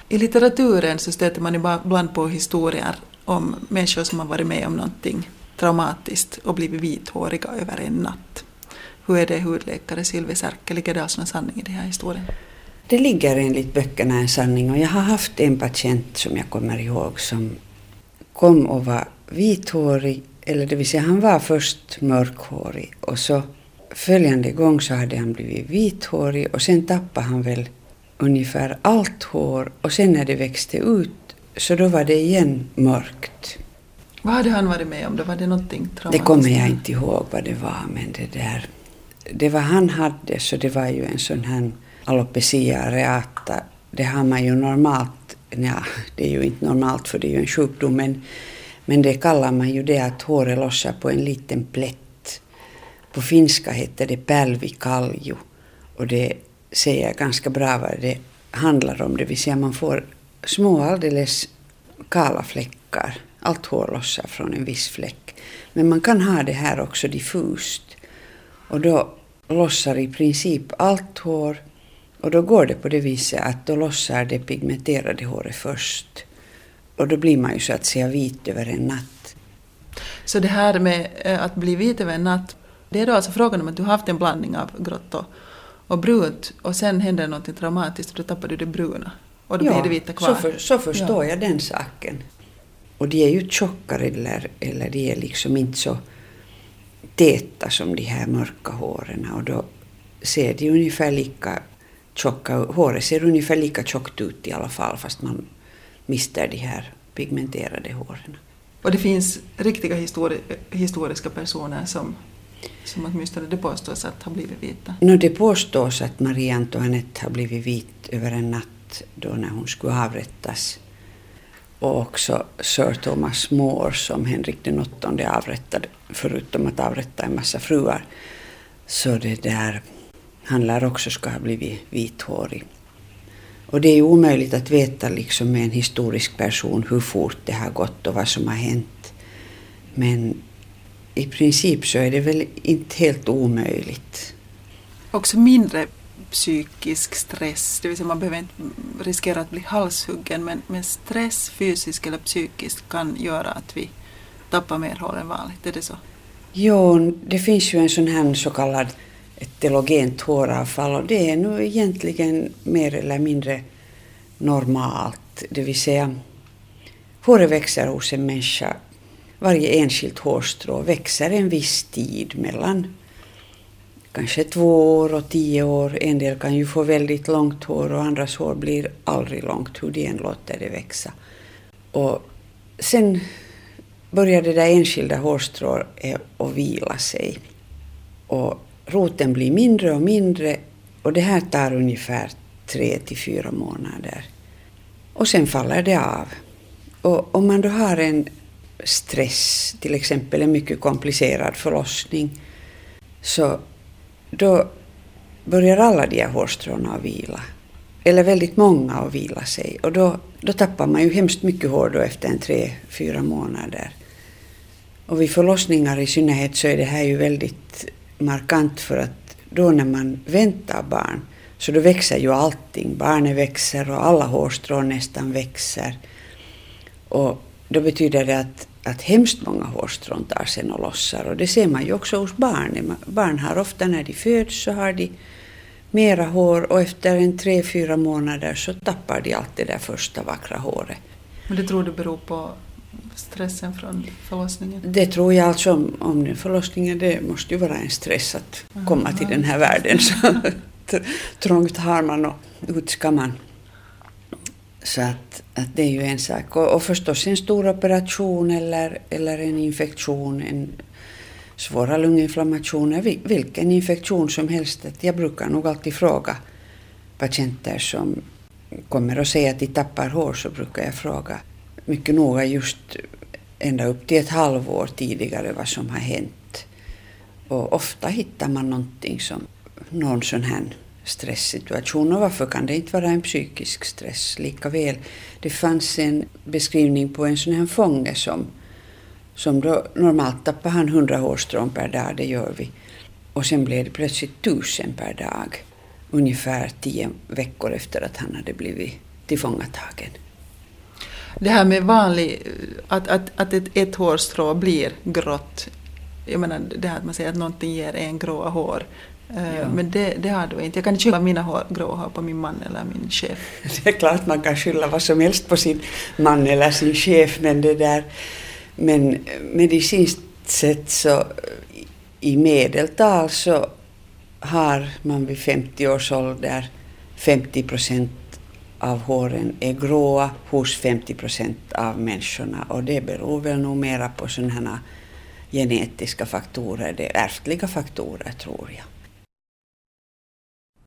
I litteraturen så stöter man ibland på historier om människor som har varit med om någonting traumatiskt och blivit vithåriga över en natt. Hur är det hudläkare Sylvia Särke? Ligger det alltså någon sanning i den här historien? Det ligger enligt böckerna en sanning, och jag har haft en patient som jag kommer ihåg som kom och var vithårig, eller det vill säga han var först mörkhårig och så följande gång så hade han blivit vithårig och sen tappade han väl ungefär allt hår och sen när det växte ut så då var det igen mörkt. Vad hade han varit med om? Då var det någonting traumatiskt? Det kommer jag inte ihåg vad det var, men det var han hade, så det var ju en sån här alopecia areata. Det har man ju normalt, det är ju inte normalt för det är ju en sjukdom, men det kallar man ju det att håret lossar på en liten plätt. På finska heter det pälvikalju och det säger ganska bra vad det handlar om. Det vill säga man får små alldeles kala fläckar. Allt hår lossar från en viss fläck. Men man kan ha det här också diffust. Och då lossar i princip allt hår. Och då går det på det viset att då lossar det pigmenterade håret först. Och då blir man ju så att säga vit över en natt. Så det här med att bli vit över en natt, det är då alltså frågan om att du har haft en blandning av grått och brunt och sen händer något traumatiskt och då tappar du det bruna. Och då blir det vita kvar. Så förstår jag den saken. Och de är ju tjockare eller de är liksom inte så täta som de här mörka håren. Och då ser de ungefär lika tjocka, håret ser ungefär lika tjockt ut i alla fall fast man mister de här pigmenterade håren. Och det finns riktiga historiska personer som åtminstone det påstås att har blivit vita? Det påstås att Marie Antoinette har blivit vit över en natt då när hon skulle avrättas. Och också Sir Thomas More som Henrik den VIII avrättade, förutom att avrätta en massa fruar. Så det där, han lär också ska ha blivit vithårig. Och det är ju omöjligt att veta liksom med en historisk person hur fort det har gått och vad som har hänt. Men i princip så är det väl inte helt omöjligt. Också mindre psykisk stress, det vill säga man behöver inte riskera att bli halshuggen, men stress, fysisk eller psykisk, kan göra att vi tappar mer hår än vanligt, är det så? Jo, det finns ju en sån här så kallad ett telogent håravfall och det är nu egentligen mer eller mindre normalt. Det vill säga, håret växer hos en människa. Varje enskilt hårstrå växer en viss tid mellan kanske 2 år och 10 år. En del kan ju få väldigt långt hår och andras hår blir aldrig långt hur de än låter det växa. Och sen börjar det där enskilda hårstrået att vila sig. Och roten blir mindre och mindre och det här tar ungefär 3 till 4 månader. Och sen faller det av. Och om man då har en stress, till exempel en mycket komplicerad förlossning, så då börjar alla de här hårstråna att vila. Eller väldigt många att vila sig. Och då tappar man ju hemskt mycket hår då efter 3-4 månader. Och vid förlossningar i synnerhet så är det här ju väldigt markant för att då när man väntar barn så då växer ju allting. Barnet växer och alla hårstrån nästan växer. Och då betyder det att hemskt många hårstrån tar sen och lossar. Och det ser man ju också hos barn. Barn har ofta när de föds så har de mera hår och efter 3-4 månader så tappar de allt det där första vackra håret. Men det tror du beror på stressen från förlossningen? Det tror jag alltså om förlossningen, det måste ju vara en stress att komma till den här världen. Så trångt har man och ut ska man. Så att det är ju en sak. Och förstås en stor operation eller en infektion, en svåra lunginflammationer, vilken infektion som helst. Jag brukar nog alltid fråga patienter som kommer och säger att de tappar hår, så brukar jag fråga mycket noga just ända upp till 1 halvår tidigare vad som har hänt. Och ofta hittar man någonting som någon sån här stresssituation. Och varför kan det inte vara en psykisk stress lika väl? Det fanns en beskrivning på en sån här fånge som då normalt tappar han 100 hårstrån per dag, det gör vi. Och sen blev det plötsligt 1000 per dag. Ungefär 10 veckor efter att han hade blivit tillfångatagen. Det här med att ett hårstrå blir grått, jag menar det här att man säger att någonting ger en gråa hår, men det har du inte. Jag kan inte skylla mina gråa hår på min man eller min chef. Det är klart man kan skylla vad som helst på sin man eller sin chef, men medicinskt sett så i medeltal så har man vid 50 års ålder 50% av håren är gråa hos 50% av människorna, och det beror väl nog mera på sådana här genetiska faktorer, det är ärftliga faktorer tror jag.